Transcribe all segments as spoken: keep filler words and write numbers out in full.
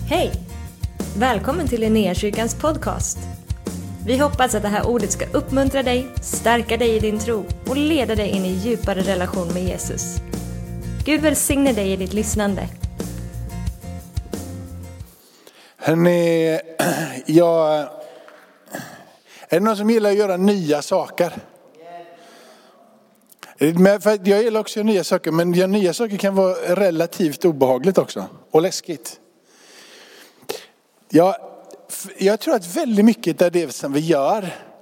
Hej! Välkommen till Linnéakyrkans podcast. Vi hoppas att det här ordet ska uppmuntra dig, stärka dig i din tro och leda dig in i djupare relation med Jesus. Gud välsigne dig i ditt lyssnande. Hörrni, jag... Är det någon som gillar att göra nya saker? Men för jag gillar också att göra nya saker, men göra nya saker kan vara relativt obehagligt också. Och läskigt. Jag, jag tror att väldigt mycket av det som vi gör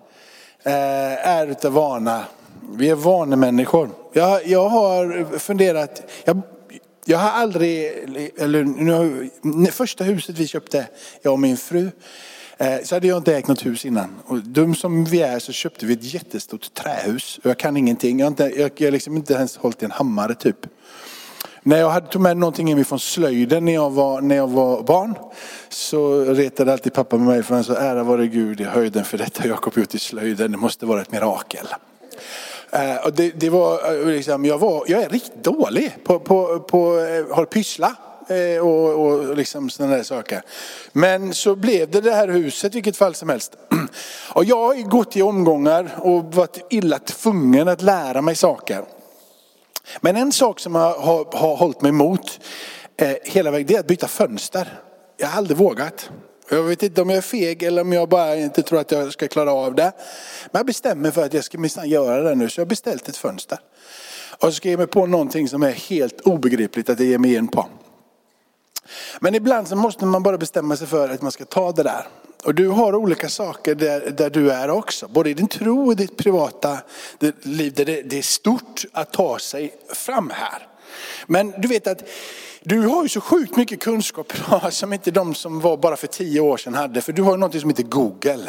eh, är utav vana. Vi är vanemänniskor. Jag, jag har funderat... Jag, jag har aldrig... Eller, nu, första huset vi köpte, jag och min fru... Så hade jag inte ägt något hus innan. Och dum som vi är så köpte vi ett jättestort trähus. Och jag kan ingenting. Jag har inte, jag, jag liksom inte ens hållit en hammare typ. När jag hade tog med någonting från slöjden när jag var, när jag var barn. Så retade alltid pappa med mig. För han sa, ära vare Gud i höjden för detta jag kom ut i slöjden. Det måste vara ett mirakel. Uh, och det, det var liksom, jag var, jag är riktigt dålig på, på, på uh, har pyssla. Och, och liksom sådana där saker. Men så blev det det här huset, vilket fall som helst. Och jag har gått i omgångar och varit illa tvungen att lära mig saker. Men en sak som har, har, har hållit mig emot eh, hela vägen, det är att byta fönster. Jag har aldrig vågat. Jag vet inte om jag är feg eller om jag bara inte tror att jag ska klara av det. Men jag bestämmer för att jag ska minsann göra det nu, så jag har beställt ett fönster. Och så ska jag ge mig på någonting som är helt obegripligt att jag ger mig in på. Men ibland så måste man bara bestämma sig för att man ska ta det där. Och du har olika saker där, där du är också. Både i din tro och ditt privata liv. Där det, det är stort att ta sig fram här. Men du vet att du har ju så sjukt mycket kunskap idag som inte de som var bara för tio år sedan hade. För du har ju något som heter Google.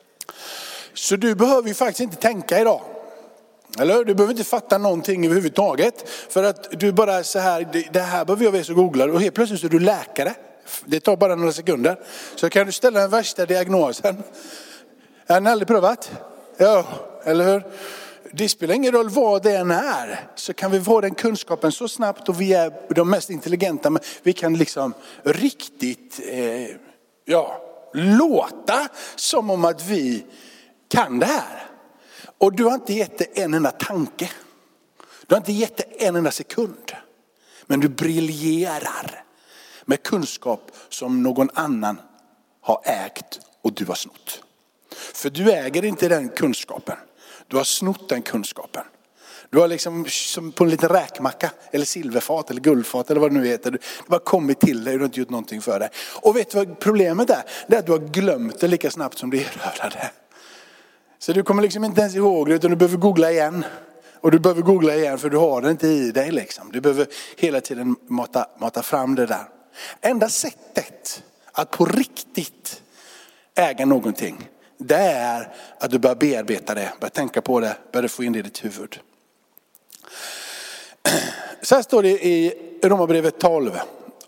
Så du behöver ju faktiskt inte tänka idag. Eller du behöver inte fatta någonting överhuvudtaget. För att du bara så här, det, det här behöver jag veta och googla. Och helt plötsligt så är du läkare. Det tar bara några sekunder. Så kan du ställa den värsta diagnosen. Har ni aldrig prövat? Ja, eller hur? Det spelar ingen roll vad det än är. Så kan vi få den kunskapen så snabbt och vi är de mest intelligenta. Men vi kan liksom riktigt eh, ja, låta som om att vi kan det här. Och du har inte gett det en enda tanke. Du har inte gett det en enda sekund. Men du briljerar med kunskap som någon annan har ägt och du har snott. För du äger inte den kunskapen. Du har snott den kunskapen. Du har liksom som på en liten räkmacka eller silverfat eller guldfat eller vad det nu heter. Du har bara kommit till dig och du har inte gjort någonting för det. Och vet du vad problemet är? Det är att du har glömt det lika snabbt som du erövrade. Så du kommer liksom inte ens ihåg det, utan du behöver googla igen. Och du behöver googla igen för du har det inte i dig liksom. Du behöver hela tiden mata, mata fram det där. Enda sättet att på riktigt äga någonting, det är att du börjar bearbeta det. Börjar tänka på det, börjar få in det i ditt huvud. Så här står det i Romarbrevet tolv.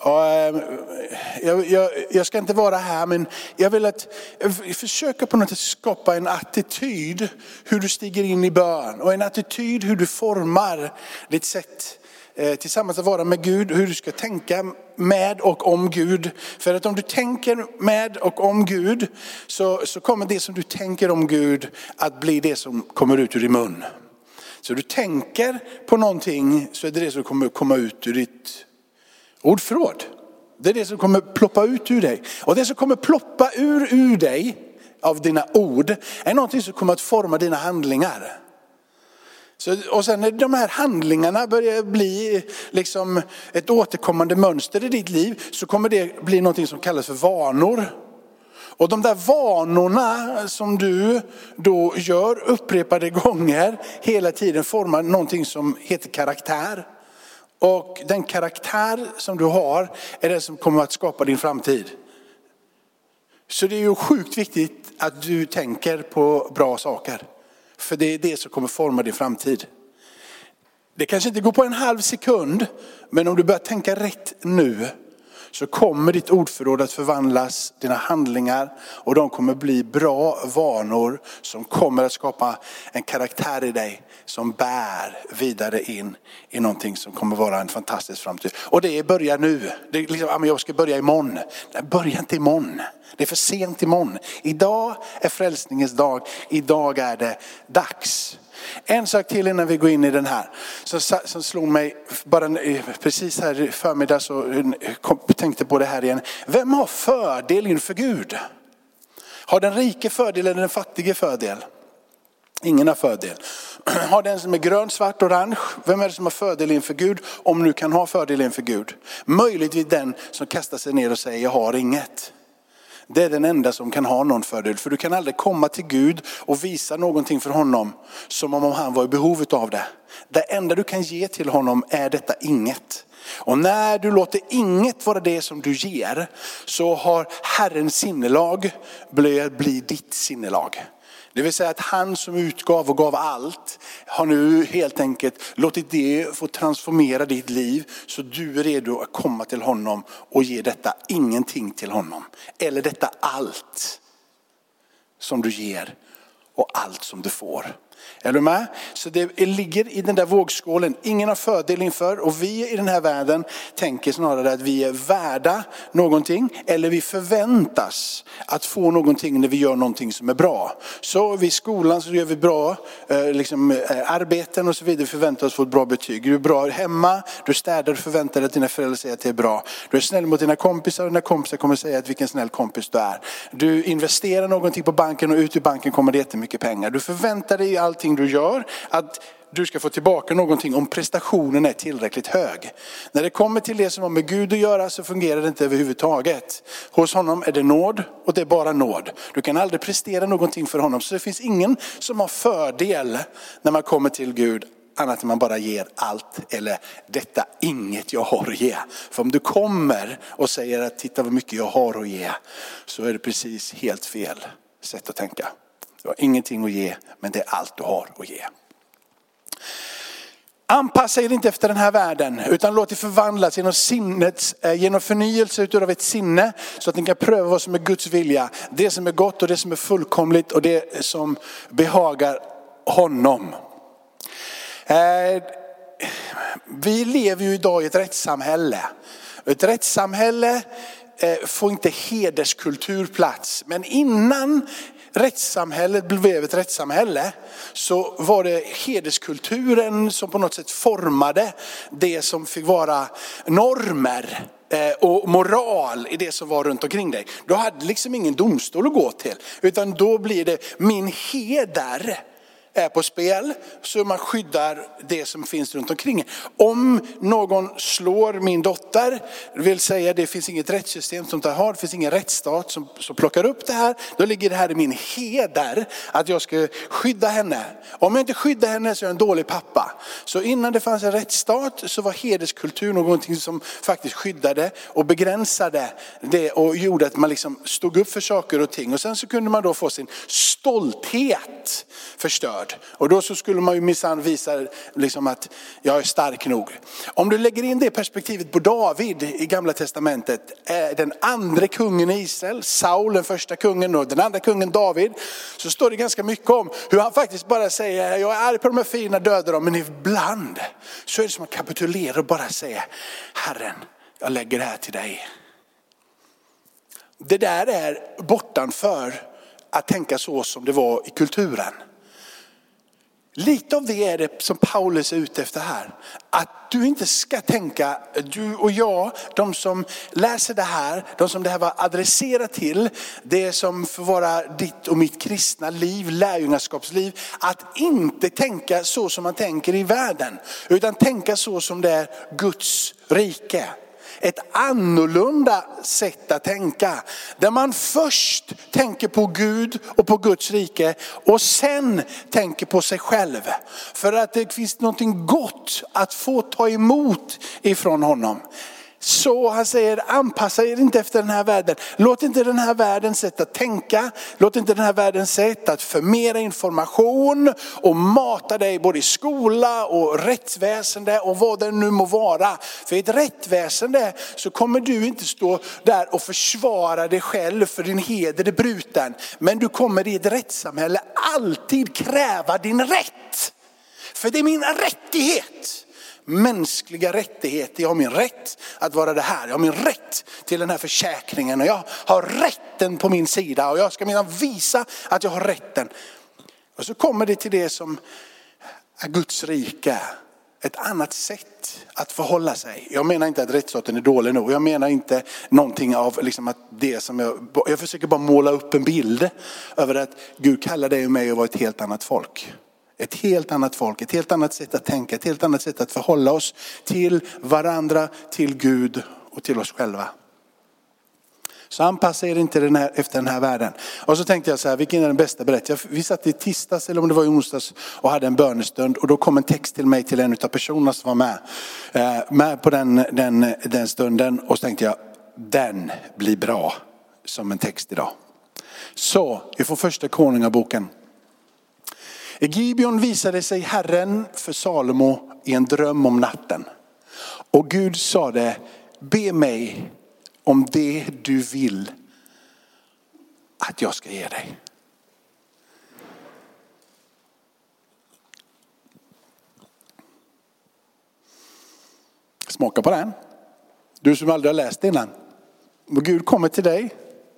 Jag, jag, jag ska inte vara här, men jag vill att jag försöka på något sätt skapa en attityd hur du stiger in i bön. Och en attityd hur du formar ditt sätt eh, tillsammans att vara med Gud. Hur du ska tänka med och om Gud. För att om du tänker med och om Gud så, så kommer det som du tänker om Gud att bli det som kommer ut ur din mun. Så du tänker på någonting så är det det som kommer komma ut ur ditt ordförråd. Det är det som kommer ploppa ut ur dig. Och det som kommer ploppa ur ur dig av dina ord är någonting som kommer att forma dina handlingar. Så, och sen när de här handlingarna börjar bli liksom ett återkommande mönster i ditt liv så kommer det bli någonting som kallas för vanor. Och de där vanorna som du då gör upprepade gånger hela tiden formar någonting som heter karaktär. Och den karaktär som du har är det som kommer att skapa din framtid. Så det är ju sjukt viktigt att du tänker på bra saker. För det är det som kommer forma din framtid. Det kanske inte går på en halv sekund. Men om du börjar tänka rätt nu så kommer ditt ordförråd att förvandlas, dina handlingar, och de kommer bli bra vanor som kommer att skapa en karaktär i dig som bär vidare in i någonting som kommer vara en fantastisk framtid. Och det börjar nu. Det är liksom, jag ska börja imorgon. Nej, börja inte imorgon. Det är för sent imorgon. Idag är frälsningens dag. Idag är det dags. En sak till innan vi går in i den här. Som, som slog mig bara precis här i förmiddag, så kom, tänkte på det här igen. Vem har fördel inför Gud? Har den rike fördel eller den fattige fördel? Ingen har fördel. Har den som är grön, svart, orange? Vem är det som har fördel inför Gud? Om nu kan ha fördel inför Gud. Möjligtvis den som kastar sig ner och säger jag har inget. Det är den enda som kan ha någon fördel. För du kan aldrig komma till Gud och visa någonting för honom som om han var i behovet av det. Det enda du kan ge till honom är detta inget. Och när du låter inget vara det som du ger, så har Herrens sinnelag blivit bli ditt sinnelag. Det vill säga att han som utgav och gav allt har nu helt enkelt låtit det få transformera ditt liv, så du är redo att komma till honom och ge detta ingenting till honom. Eller detta allt som du ger och allt som du får. Är du med? Så det ligger i den där vågskålen. Ingen har fördel inför, och vi i den här världen tänker snarare att vi är värda någonting, eller vi förväntas att få någonting när vi gör någonting som är bra. Så vid skolan så gör vi bra eh, liksom, eh, arbeten och så vidare, förväntar oss få ett bra betyg. Du är bra hemma, du städar och förväntar dig att dina föräldrar säger att det är bra. Du är snäll mot dina kompisar och dina kompisar kommer säga att vilken snäll kompis du är. Du investerar någonting på banken och ut ur banken kommer det jättemycket pengar. Du förväntar dig allting du gör att du ska få tillbaka någonting om prestationen är tillräckligt hög. När det kommer till det som har med Gud att göra så fungerar det inte överhuvudtaget. Hos honom är det nåd, och det är bara nåd. Du kan aldrig prestera någonting för honom, så det finns ingen som har fördel när man kommer till Gud annat än man bara ger allt, eller detta inget jag har att ge. För om du kommer och säger att titta vad mycket jag har att ge, så är det precis helt fel sätt att tänka. Du har ingenting att ge, men det är allt du har att ge. Anpassa er inte efter den här världen, utan låt er förvandlas genom sinnets, genom förnyelse utav ett sinne, så att ni kan pröva vad som är Guds vilja. Det som är gott och det som är fullkomligt och det som behagar honom. Eh, vi lever ju idag i ett rättssamhälle. Ett rättssamhälle eh, får inte hederskultur plats, men innan rättssamhället blev ett rättssamhälle så var det hederskulturen som på något sätt formade det som fick vara normer och moral i det som var runt omkring dig. Du hade liksom ingen domstol att gå till, utan då blir det min heder är på spel, så man skyddar det som finns runt omkring. Om någon slår min dotter, vill säga det finns inget rättssystem som tar har, det finns ingen rättsstat som, som plockar upp det här, då ligger det här i min heder att jag ska skydda henne. Om jag inte skyddar henne så är jag en dålig pappa. Så innan det fanns en rättsstat så var hederskultur någonting som faktiskt skyddade och begränsade det och gjorde att man liksom stod upp för saker och ting. Och sen så kunde man då få sin stolthet förstörd. Och då så skulle man ju minsann visa liksom att jag är stark nog. Om du lägger in det perspektivet på David i Gamla testamentet, den andra kungen i Israel, Saul den första kungen och den andra kungen David, så står det ganska mycket om hur han faktiskt bara säger jag är arg på de här fina döda dem, men ibland så är det som att kapitulera och bara säga Herren, jag lägger det här till dig. Det där är bortanför att tänka så som det var i kulturen. Lite av det är det som Paulus är ute efter här. Att du inte ska tänka, du och jag, de som läser det här, de som det här var adresserat till, det som får vara ditt och mitt kristna liv, lärjungaskapsliv, att inte tänka så som man tänker i världen, utan tänka så som det är Guds rike. Ett annorlunda sätt att tänka. Där man först tänker på Gud och på Guds rike. Och sen tänker på sig själv. För att det finns något gott att få ta emot ifrån honom. Så han säger, anpassa er inte efter den här världen. Låt inte den här världens sätt att tänka, låt inte den här världens sätt att förmera information och mata dig både i skola och rättsväsende och vad det nu må vara. För i ett rättsväsende så kommer du inte stå där och försvara dig själv för din heder är bruten. Men du kommer i ett rättssamhälle alltid kräva din rätt. För det är min rättighet. Mänskliga rättigheter. Jag har min rätt att vara det här. Jag har min rätt till den här försäkringen. Och jag har rätten på min sida. Och jag ska minsann visa att jag har rätten. Och så kommer det till det som är Guds rike. Ett annat sätt att förhålla sig. Jag menar inte att rättsstaten är dålig nog. Jag menar inte någonting av liksom att det som jag... Jag försöker bara måla upp en bild över att Gud kallar dig och mig att vara ett helt annat folk. Ett helt annat folk, ett helt annat sätt att tänka, ett helt annat sätt att förhålla oss till varandra, till Gud och till oss själva. Så anpassa er inte den här, efter den här världen. Och så tänkte jag så här, vilken är den bästa berättelsen? Vi satt i tisdags eller om det var i onsdags och hade en bönestund. Och då kom en text till mig till en av personerna som var med. Eh, med på den, den, den stunden. Och så tänkte jag, den blir bra som en text idag. Så, vi får första Konungaboken. I Gibeon visade sig Herren för Salomo i en dröm om natten. Och Gud sade, be mig om det du vill att jag ska ge dig. Smaka på den. Du som aldrig har läst innan. Och Gud kommer till dig.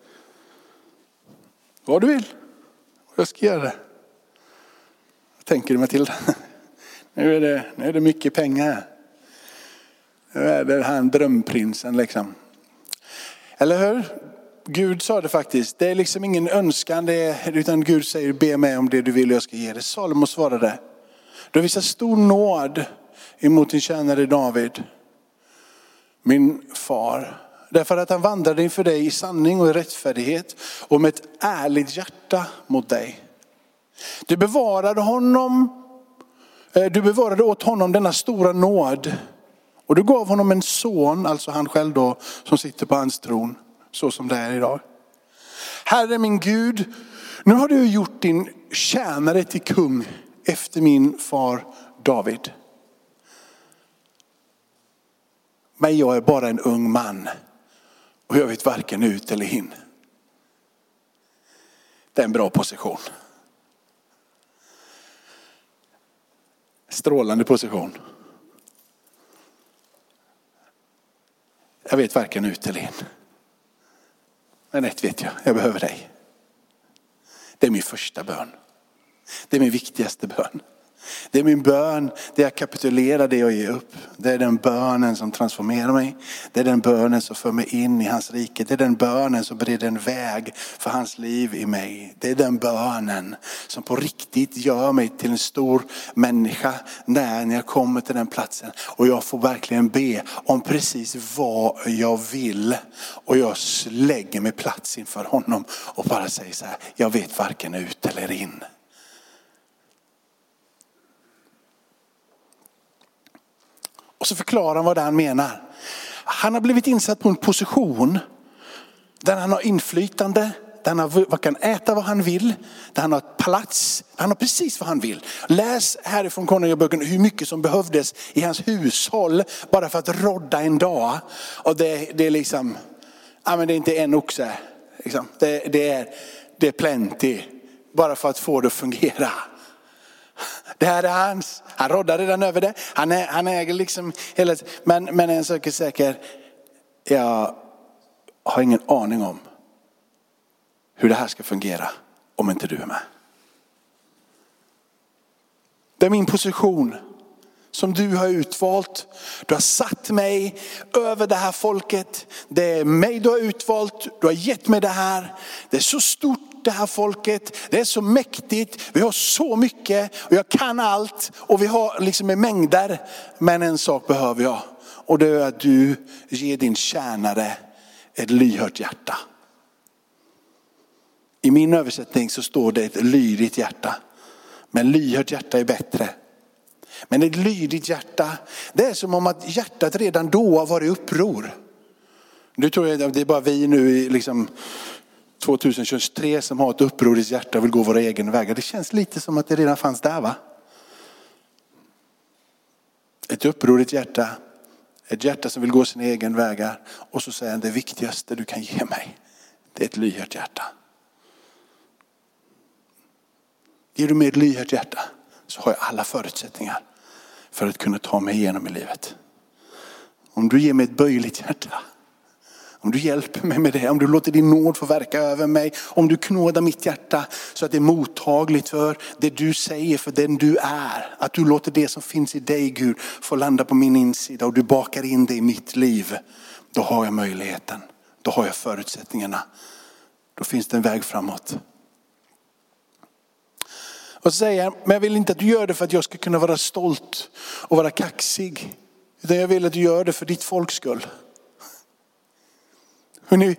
Vad du vill. Jag ska göra det. Tänker du Matilda? Nu är det, nu är det mycket pengar. Nu är det han drömprinsen liksom. Eller hur? Gud sa det faktiskt. Det är liksom ingen önskan. Det är, utan Gud säger be mig om det du vill och jag ska ge det. Salomo svarade. Du visar stor nåd emot din tjänare David. Min far. Därför att han vandrade inför dig i sanning och i rättfärdighet. Och med ett ärligt hjärta mot dig. Du bevarade honom, du bevarade åt honom denna stora nåd. Och du gav honom en son, alltså han själv då, som sitter på hans tron. Så som det är idag. Herre min Gud, nu har du gjort din tjänare till kung efter min far David. Men jag är bara en ung man. Och jag vet varken ut eller in. Det är en bra position. Strålande position. Jag vet varken ut eller in. Men ett vet jag, jag behöver dig. Det är min första bön. Det är min viktigaste bön. Det är min bön där jag kapitulerar det jag ger upp. Det är den bönen som transformerar mig. Det är den bönen som för mig in i hans rike. Det är den bönen som bereder en väg för hans liv i mig. Det är den bönen som på riktigt gör mig till en stor människa när jag kommer till den platsen. Och jag får verkligen be om precis vad jag vill. Och jag lägger mig plats inför honom och bara säger så här, jag vet varken ut eller in. Och så förklarar han vad det han menar. Han har blivit insatt på en position där han har inflytande, där han har, kan äta vad han vill, där han har plats, han har precis vad han vill. Läs härifrån Konungaboken hur mycket som behövdes i hans hushåll bara för att rodda en dag. Och det, det är liksom, ja men det är inte en oxe, liksom. det, det, är, det är plenty bara för att få det att fungera. Det här är hans. Han roddar redan över det. Han, är, han äger liksom hela, men, men en sak är säker. Jag har ingen aning om hur det här ska fungera om inte du är med. Det är min position som du har utvalt. Du har satt mig över det här folket. Det är mig du har utvalt. Du har gett mig det här. Det är så stort. Det här folket, det är så mäktigt, vi har så mycket och jag kan allt och vi har liksom en mängder. Men en sak behöver jag och det är att du ger din tjänare ett lyhört hjärta. I min översättning så står det ett lydigt hjärta. Men lyhört hjärta är bättre. Men ett lydigt hjärta, det är som om att hjärtat redan då har varit i uppror. Nu tror jag att det är bara vi nu i liksom tjugohundratjugotre som har ett upproriskt hjärta och vill gå våra egen vägar. Det känns lite som att det redan fanns där, va? Ett upprorigt hjärta. Ett hjärta som vill gå sina egen vägar. Och så säger han, det viktigaste du kan ge mig, det är ett lyhört hjärta. Ger du mig ett lyhört hjärta så har jag alla förutsättningar för att kunna ta mig igenom i livet. Om du ger mig ett böjligt hjärta, om du hjälper mig med det, om du låter din nåd få verka över mig, om du knådar mitt hjärta så att det är mottagligt för det du säger, för den du är. Att du låter det som finns i dig, Gud, få landa på min insida och du bakar in det i mitt liv. Då har jag möjligheten, då har jag förutsättningarna. Då finns det en väg framåt. Och så säger han, men jag vill inte att du gör det för att jag ska kunna vara stolt och vara kaxig. Utan jag vill att du gör det för ditt folks skull. Hörrni,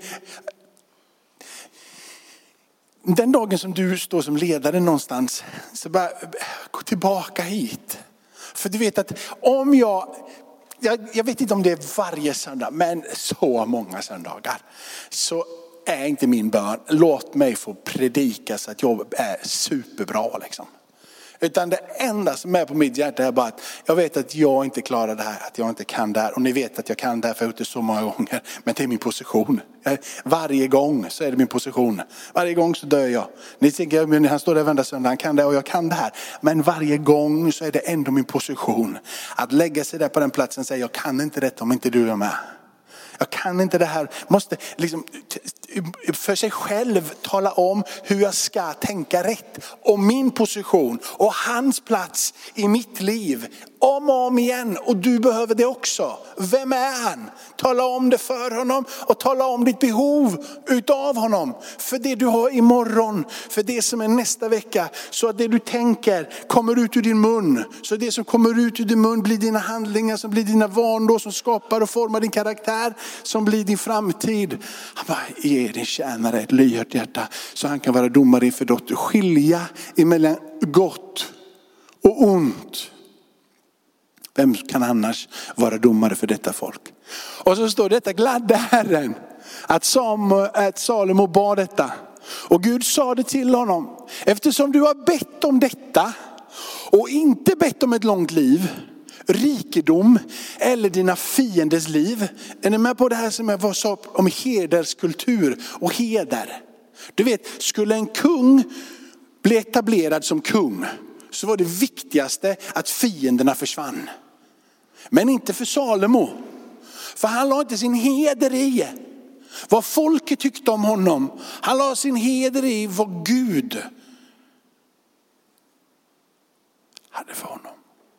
den dagen som du står som ledare någonstans, så bara gå tillbaka hit. För du vet att om jag, jag, jag vet inte om det är varje söndag, men så många söndagar, så är inte min bön, låt mig få predika så att jag är superbra liksom. Utan det enda som är på mitt hjärta är bara att jag vet att jag inte klarar det här, att jag inte kan det här. Och ni vet att jag kan det här för jag har gjort det så många gånger. Men det är min position. Varje gång så är det min position. Varje gång så dör jag. Ni tänker, men han står där varenda söndag, han kan det och jag kan det här. Men varje gång så är det ändå min position. Att lägga sig där på den platsen och säga, jag kan inte detta om inte du är med. Jag kan inte det här. Måste liksom för sig själv tala om hur jag ska tänka rätt. Om min position och hans plats i mitt liv. Om och om igen. Och du behöver det också. Vem är han? Tala om det för honom. Och tala om ditt behov utav honom. För det du har imorgon. För det som är nästa vecka. Så att det du tänker kommer ut ur din mun. Så det som kommer ut ur din mun blir dina handlingar. Som blir dina vanor. Som skapar och formar din karaktär. Som blir din framtid. Han bara, ge din tjänare ett lyhört hjärta. Så han kan vara domare inför dotter. Skilja emellan gott och ont. Vem kan annars vara domare för detta folk? Och så står detta gladde Herren. Att, Sam, att Salomo bad detta. Och Gud sa det till honom. Eftersom du har bett om detta. Och inte bett om ett långt liv. Rikedom eller dina fienders liv. Är ni med på det här som jag sa om hederskultur och heder? Du vet, skulle en kung bli etablerad som kung så var det viktigaste att fienderna försvann. Men inte för Salomo. För han la inte sin heder i vad folket tyckte om honom. Han la sin heder i vad Gud hade för honom.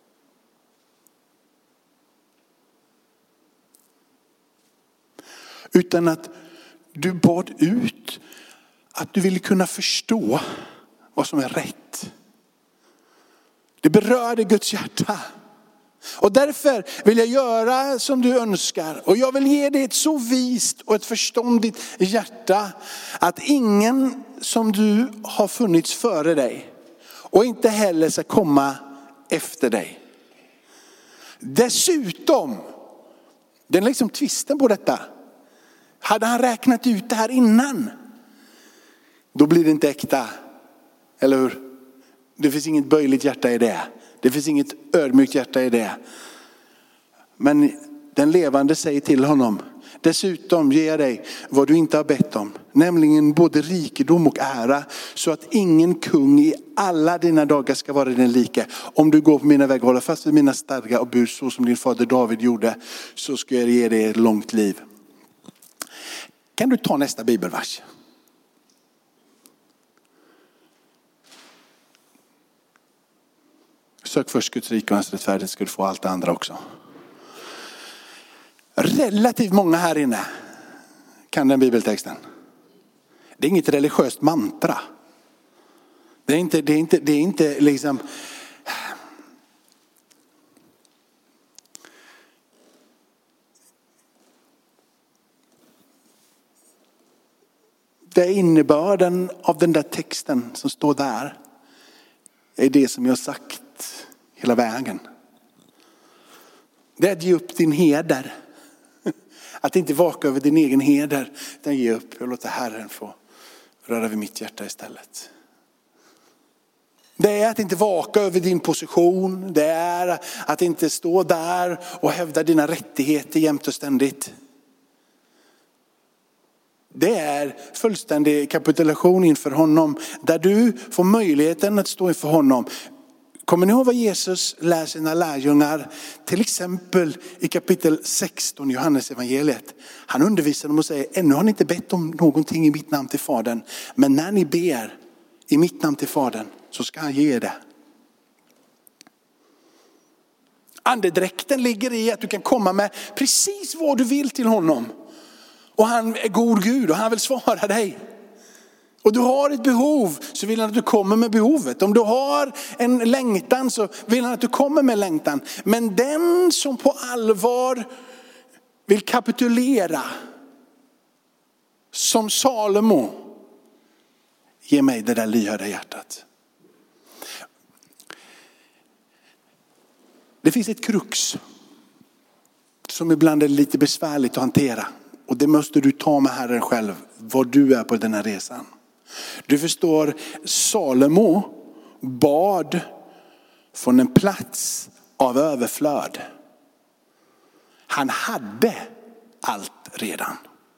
Utan att du bad ut att du ville kunna förstå vad som är rätt. Det berörde Guds hjärta. Och därför vill jag göra som du önskar. Och jag vill ge dig ett så vist och ett förståndigt hjärta. Att ingen som du har funnits före dig. Och inte heller ska komma efter dig. Dessutom. Den är liksom tvisten på detta. Hade han räknat ut det här innan. Då blir det inte äkta. Eller hur? Det finns inget böjligt hjärta i det. Det finns inget ödmjukt hjärta i det. Men den levande säger till honom. Dessutom ger jag dig vad du inte har bett om. Nämligen både rikedom och ära. Så att ingen kung i alla dina dagar ska vara den lika. Om du går på mina vägar och håller fast vid mina stadgar och bud så som din fader David gjorde. Så ska jag ge dig ett långt liv. Kan du ta nästa bibelvers? Sök först Guds rike och hans rättfärdighet, ska du få allt det andra också. Relativt många här inne kan den bibeltexten. Det är inget religiöst mantra. Det är inte, det är inte, det är inte liksom... Det är innebörden av den där texten som står där. Det är det som jag har sagt hela vägen. Det är att ge upp din heder. Att inte vaka över din egen heder. Utan ge upp och låta Herren få röra vid mitt hjärta istället. Det är att inte vaka över din position. Det är att inte stå där och hävda dina rättigheter jämt och ständigt. Det är fullständig kapitulation inför honom. Där du får möjligheten att stå inför honom. Kommer ni ihåg vad Jesus lär sina lärjungar? Till exempel i kapitel sexton i Johannes evangeliet. Han undervisar dem och säger, ännu har ni inte bett om någonting i mitt namn till Fadern. Men när ni ber i mitt namn till Fadern så ska han ge det. Andedräkten ligger i att du kan komma med precis vad du vill till honom. Och han är god Gud och han vill svara dig. Och du har ett behov så vill han att du kommer med behovet. Om du har en längtan så vill han att du kommer med längtan. Men den som på allvar vill kapitulera som Salomo, ge mig det där lyhörda hjärtat. Det finns ett krux som ibland är lite besvärligt att hantera. Och det måste du ta med Herren själv, var du är på den här resan. Du förstår, Salomo bad från en plats av överflöd. Han hade allt redan.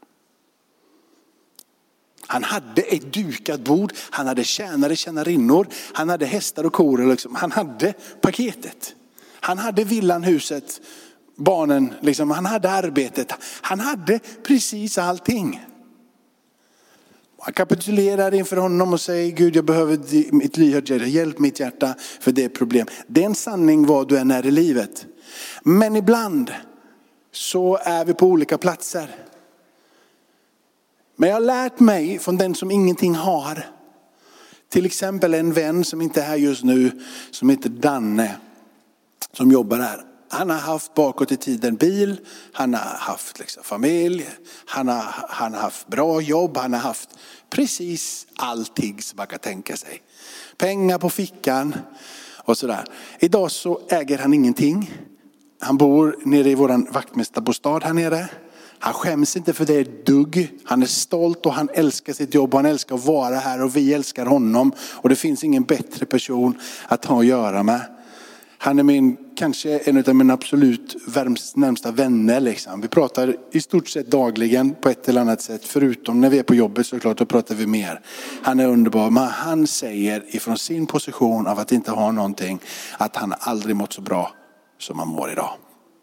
Han hade ett dukat bord, han hade tjänare, tjänarinnor, han hade hästar och kor. Liksom. Han hade paketet. Han hade villan, huset, barnen, liksom. Han hade arbetet. Han hade precis allting. Han kapitulerar inför honom och säger, Gud, jag behöver mitt lyhört hjärta. Hjälp mitt hjärta för det är problem. Det är en sanning vad du än är i livet. Men ibland så är vi på olika platser. Men jag har lärt mig från den som ingenting har. Till exempel en vän som inte är här just nu, som heter Danne, som jobbar här. Han har haft bakåt i tiden bil, han har haft liksom familj, han har, han har haft bra jobb, han har haft precis allting som man kan tänka sig. Pengar på fickan och sådär. Idag så äger han ingenting. Han bor nere i våran vaktmästarbostad här nere. Han skäms inte för det ett dugg. Han är stolt och han älskar sitt jobb och han älskar att vara här och vi älskar honom. Och det finns ingen bättre person att ha att göra med. Han är min, kanske en av mina absolut närmsta vänner. Liksom. Vi pratar i stort sett dagligen på ett eller annat sätt. Förutom när vi är på jobbet såklart, då pratar vi mer. Han är underbar. Men han säger ifrån sin position av att inte ha någonting att han aldrig mått så bra som han mår idag.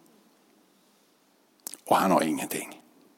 Och han har ingenting.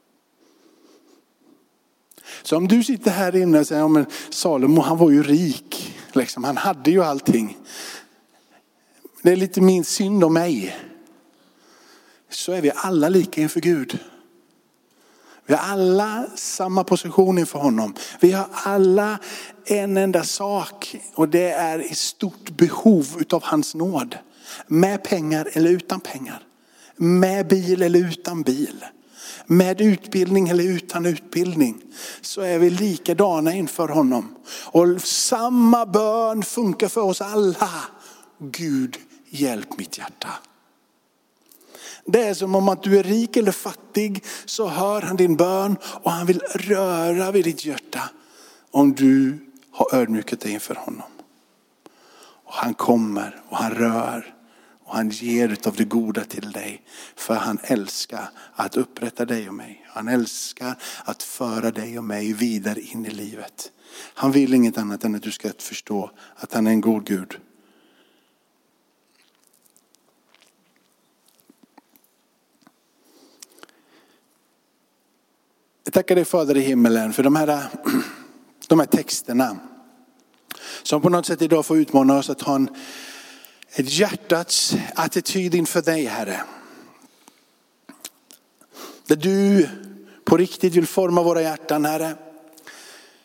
Så om du sitter här inne och säger, ja, men Salomo, han var ju rik. Liksom. Han hade ju allting. Det är lite min synd om mig. Så är vi alla lika inför Gud. Vi har alla samma position inför honom. Vi har alla en enda sak. Och det är i stort behov utav hans nåd. Med pengar eller utan pengar. Med bil eller utan bil. Med utbildning eller utan utbildning. Så är vi likadana inför honom. Och samma bön funkar för oss alla. Gud, hjälp mitt hjärta. Det är som om att du är rik eller fattig, så hör han din bön och han vill röra vid ditt hjärta om du har ödmjukat dig inför honom. Och han kommer och han rör och han ger utav det goda till dig, för han älskar att upprätta dig och mig. Han älskar att föra dig och mig vidare in i livet. Han vill inget annat än att du ska förstå att han är en god Gud. Jag tackar dig, Fader i himmelen, för de här, de här texterna som på något sätt idag får utmana oss att ha en, ett hjärtats attityd inför dig, Herre. Där du på riktigt vill forma våra hjärtan, Herre.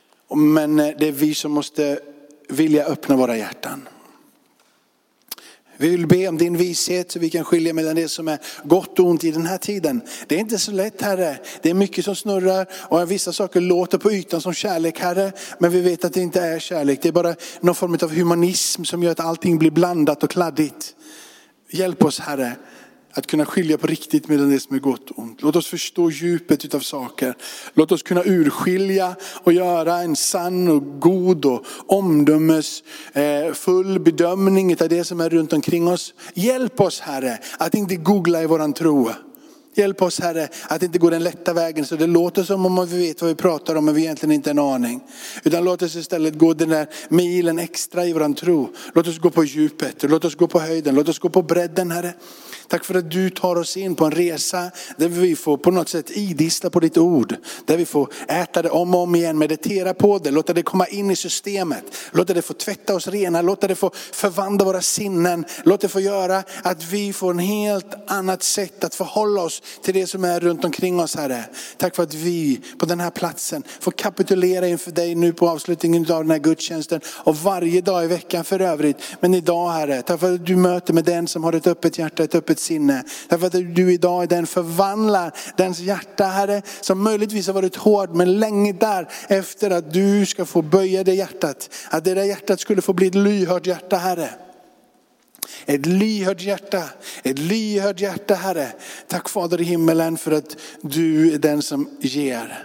Men det är vi som måste vilja öppna våra hjärtan. Vi vill be om din vishet så vi kan skilja mellan det som är gott och ont i den här tiden. Det är inte så lätt, Herre. Det är mycket som snurrar och vissa saker låter på ytan som kärlek, Herre. Men vi vet att det inte är kärlek. Det är bara någon form av humanism som gör att allting blir blandat och kladdigt. Hjälp oss, Herre, att kunna skilja på riktigt mellan det som är gott och ont. Låt oss förstå djupet utav saker. Låt oss kunna urskilja och göra en sann och god och omdömesfull bedömning av det som är runt omkring oss. Hjälp oss, Herre, att inte googla i våran tro. Hjälp oss, Herre, att inte gå den lätta vägen så det låter som om vi vet vad vi pratar om men vi egentligen inte har en aning. Utan låt oss istället gå den där milen extra i våran tro. Låt oss gå på djupet, låt oss gå på höjden, låt oss gå på bredden, Herre. Tack för att du tar oss in på en resa där vi får på något sätt idissla på ditt ord. Där vi får äta det om och om igen, meditera på det, låta det komma in i systemet. Låta det få tvätta oss rena, låta det få förvandla våra sinnen. Låt det få göra att vi får en helt annat sätt att förhålla oss till det som är runt omkring oss, Herre. Tack för att vi på den här platsen får kapitulera inför dig nu på avslutningen av den här gudstjänsten. Och varje dag i veckan för övrigt. Men idag, Herre, tack för att du möter med den som har ett öppet hjärta, ett öppet sinne. Därför att du idag är den förvandlar dens hjärta, Herre, som möjligtvis har varit hård men länge där efter att du ska få böja det hjärtat. Att det där hjärtat skulle få bli ett lyhört hjärta, Herre. Ett lyhört hjärta, ett lyhört hjärta, Herre. Tack, Fader i himmelen, för att du är den som ger.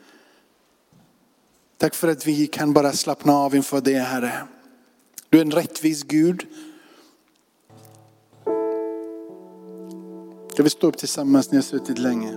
Tack för att vi kan bara slappna av inför det, Herre. Du är en rättvis Gud. Ska vi stå upp tillsammans när jag har suttit länge?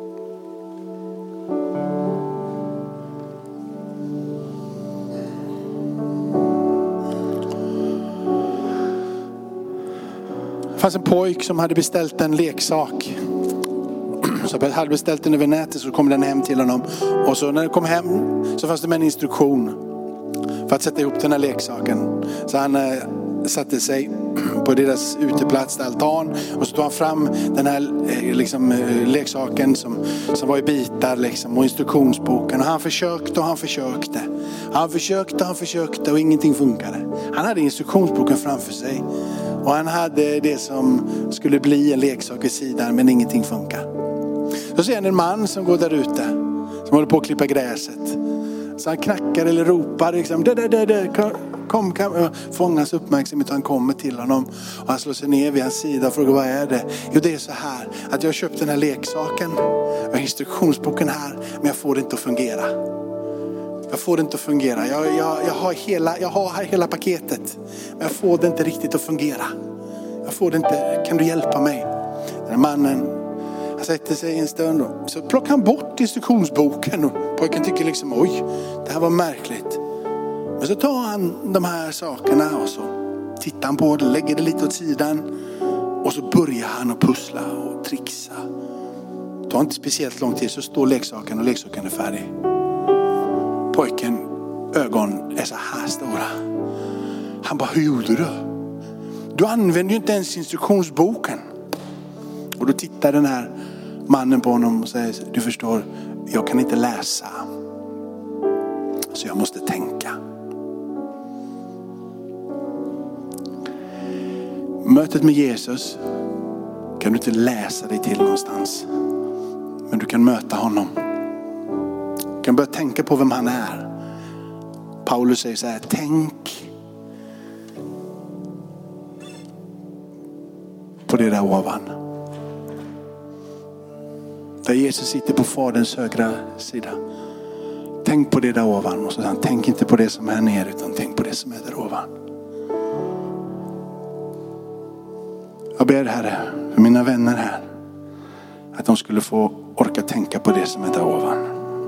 Det fanns en pojk som hade beställt en leksak. Så hade beställt den över nätet, så kom den hem till honom. Och så när den kom hem så fanns det med en instruktion för att sätta ihop den här leksaken. Så han eh, satte sig på deras uteplats, altan, och så tog han fram den här eh, liksom, eh, leksaken som, som var i bitar liksom, och instruktionsboken. Och han försökte och han försökte. Han försökte och han försökte och ingenting funkade. Han hade instruktionsboken framför sig. Och han hade det som skulle bli en leksak i sidan, men ingenting funkar. Så ser han en man som går där ute, som håller på att klippa gräset. Så han knackar eller ropar liksom, där, där, där, där, kom, kom, fångas uppmärksamhet och han kommer till honom. Och han slår sig ner vid hans sida och frågar, vad är det? Jo, det är så här att jag har köpt den här leksaken. Jag har instruktionsboken här, men jag får det inte att fungera. Jag får det inte att fungera. Jag, jag, jag, har hela, jag har hela paketet, men jag får det inte riktigt att fungera. Jag får det inte, kan du hjälpa mig? Den här mannen, han sätter sig en stund och så plockar han bort instruktionsboken och pojken tycker liksom, oj, det här var märkligt. Men så tar han de här sakerna och så tittar han på det, lägger det lite åt sidan och så börjar han att pussla och trixa. Det tar inte speciellt lång tid, så står leksaken och leksaken är färdig. Pojken, ögon är så här stora. Han bara, hur gjorde du? Du använder ju inte ens instruktionsboken. Och då tittar den här mannen på honom och säger, du förstår, jag kan inte läsa. Så jag måste tänka. Mötet med Jesus kan du inte läsa dig till någonstans. Men du kan möta honom. Du kan börja tänka på vem han är. Paulus säger så här, tänk på det där ovan. Där Jesus sitter på faderns högra sida. Tänk på det där ovan. Och så säger han, tänk inte på det som är här nere, utan tänk på det som är där ovan. Jag ber, Herre, för mina vänner här, att de skulle få orka tänka på det som är där ovan.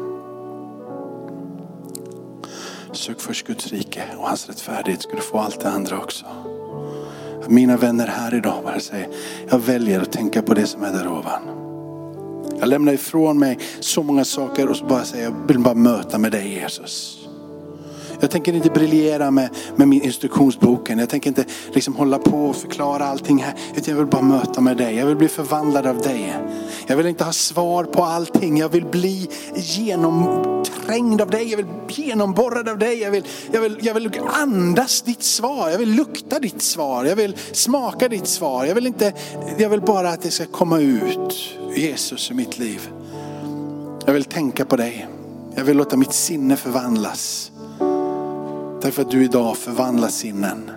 Sök först Guds rike och hans rättfärdighet, skulle få allt det andra också. Mina vänner här idag bara säger, jag väljer att tänka på det som är där ovan. Jag lämnar ifrån mig så många saker och så bara säger, jag vill bara möta med dig, Jesus. Jag tänker inte briljera med, med min instruktionsboken. Jag tänker inte liksom hålla på och förklara allting här. Utan jag vill bara möta med dig. Jag vill bli förvandlad av dig. Jag vill inte ha svar på allting. Jag vill bli genomträngd av dig. Jag vill bli genomborrad av dig. Jag vill, jag vill, jag vill andas ditt svar. Jag vill lukta ditt svar. Jag vill smaka ditt svar. Jag vill, inte, jag vill bara att det ska komma ut. Jesus i mitt liv. Jag vill tänka på dig. Jag vill låta mitt sinne förvandlas. Därför att du idag förvandlar sinnen.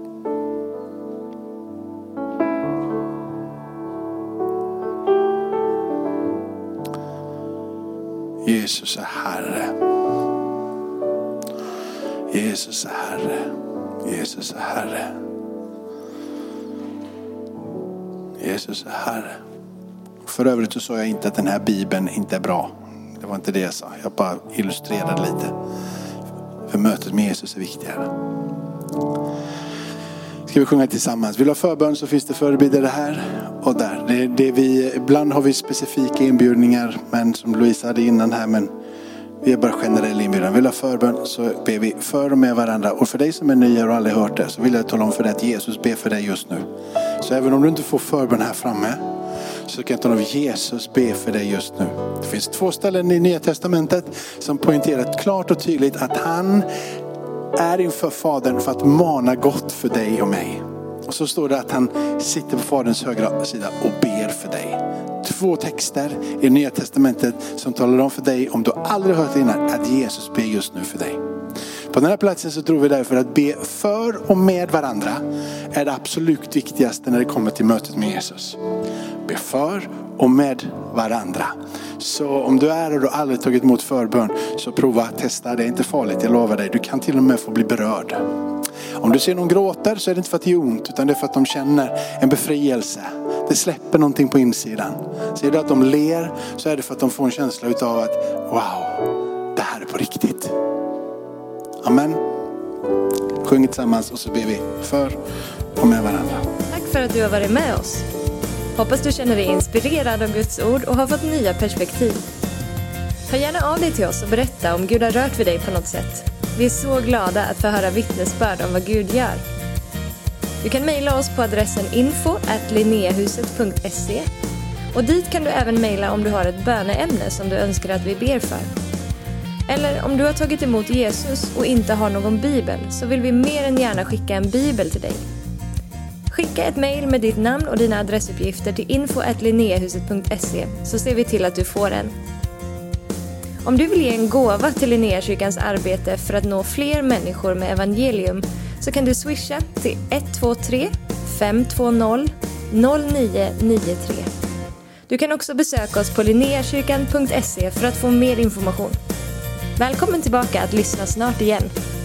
Jesus är Herre. Jesus är Herre. Jesus är Herre. Jesus är Herre. För övrigt så sa jag inte att den här Bibeln inte är bra. Det var inte det jag sa. Jag bara illustrerade lite. För mötet med Jesus är viktigare. Ska vi sjunga tillsammans? Vill du ha förbön så finns det förebedjare här och där. Det, det vi, ibland har vi specifika inbjudningar. Men som Louisa hade innan här. Men vi är bara generella inbjudan. Vill du ha förbön så ber vi för och med varandra. Och för dig som är ny och aldrig hört det så vill jag tala om för dig att Jesus ber för dig just nu. Så även om du inte får förbön här framme så kan jag tala om Jesus ber för dig just nu. Det finns två ställen i Nya Testamentet som poängterar klart och tydligt att han är inför Fadern för att mana gott för dig och mig. Och så står det att han sitter på Faderns högra sida och ber för dig. Två texter i Nya Testamentet som talar om för dig, om du aldrig hört det innan, att Jesus ber just nu för dig. På den här platsen så tror vi därför att be för och med varandra är det absolut viktigaste när det kommer till mötet med Jesus. Be för och med varandra. Så om du är och du aldrig tagit emot förbön så prova att testa. Det är inte farligt, jag lovar dig. Du kan till och med få bli berörd. Om du ser någon gråter så är det inte för att det är ont utan det är för att de känner en befrielse. Det släpper någonting på insidan. Ser du att de ler så är det för att de får en känsla utav att wow, det här är på riktigt. Amen. Sjung tillsammans och så ber vi för och med varandra. Tack för att du har varit med oss. Hoppas du känner dig inspirerad av Guds ord och har fått nya perspektiv. Hör gärna av dig till oss och berätta om Gud har rört vid dig på något sätt. Vi är så glada att få höra vittnesbörd om vad Gud gör. Du kan mejla oss på adressen info at linneahuset punkt se och dit kan du även mejla om du har ett böneämne som du önskar att vi ber för. Eller om du har tagit emot Jesus och inte har någon bibel så vill vi mer än gärna skicka en bibel till dig. Skicka ett mejl med ditt namn och dina adressuppgifter till info at linneahuset punkt se så ser vi till att du får en. Om du vill ge en gåva till Linneakyrkans arbete för att nå fler människor med evangelium så kan du swisha till ett två tre fem två noll noll nio nio tre. Du kan också besöka oss på linneakyrkan punkt se för att få mer information. Välkommen tillbaka att lyssna snart igen.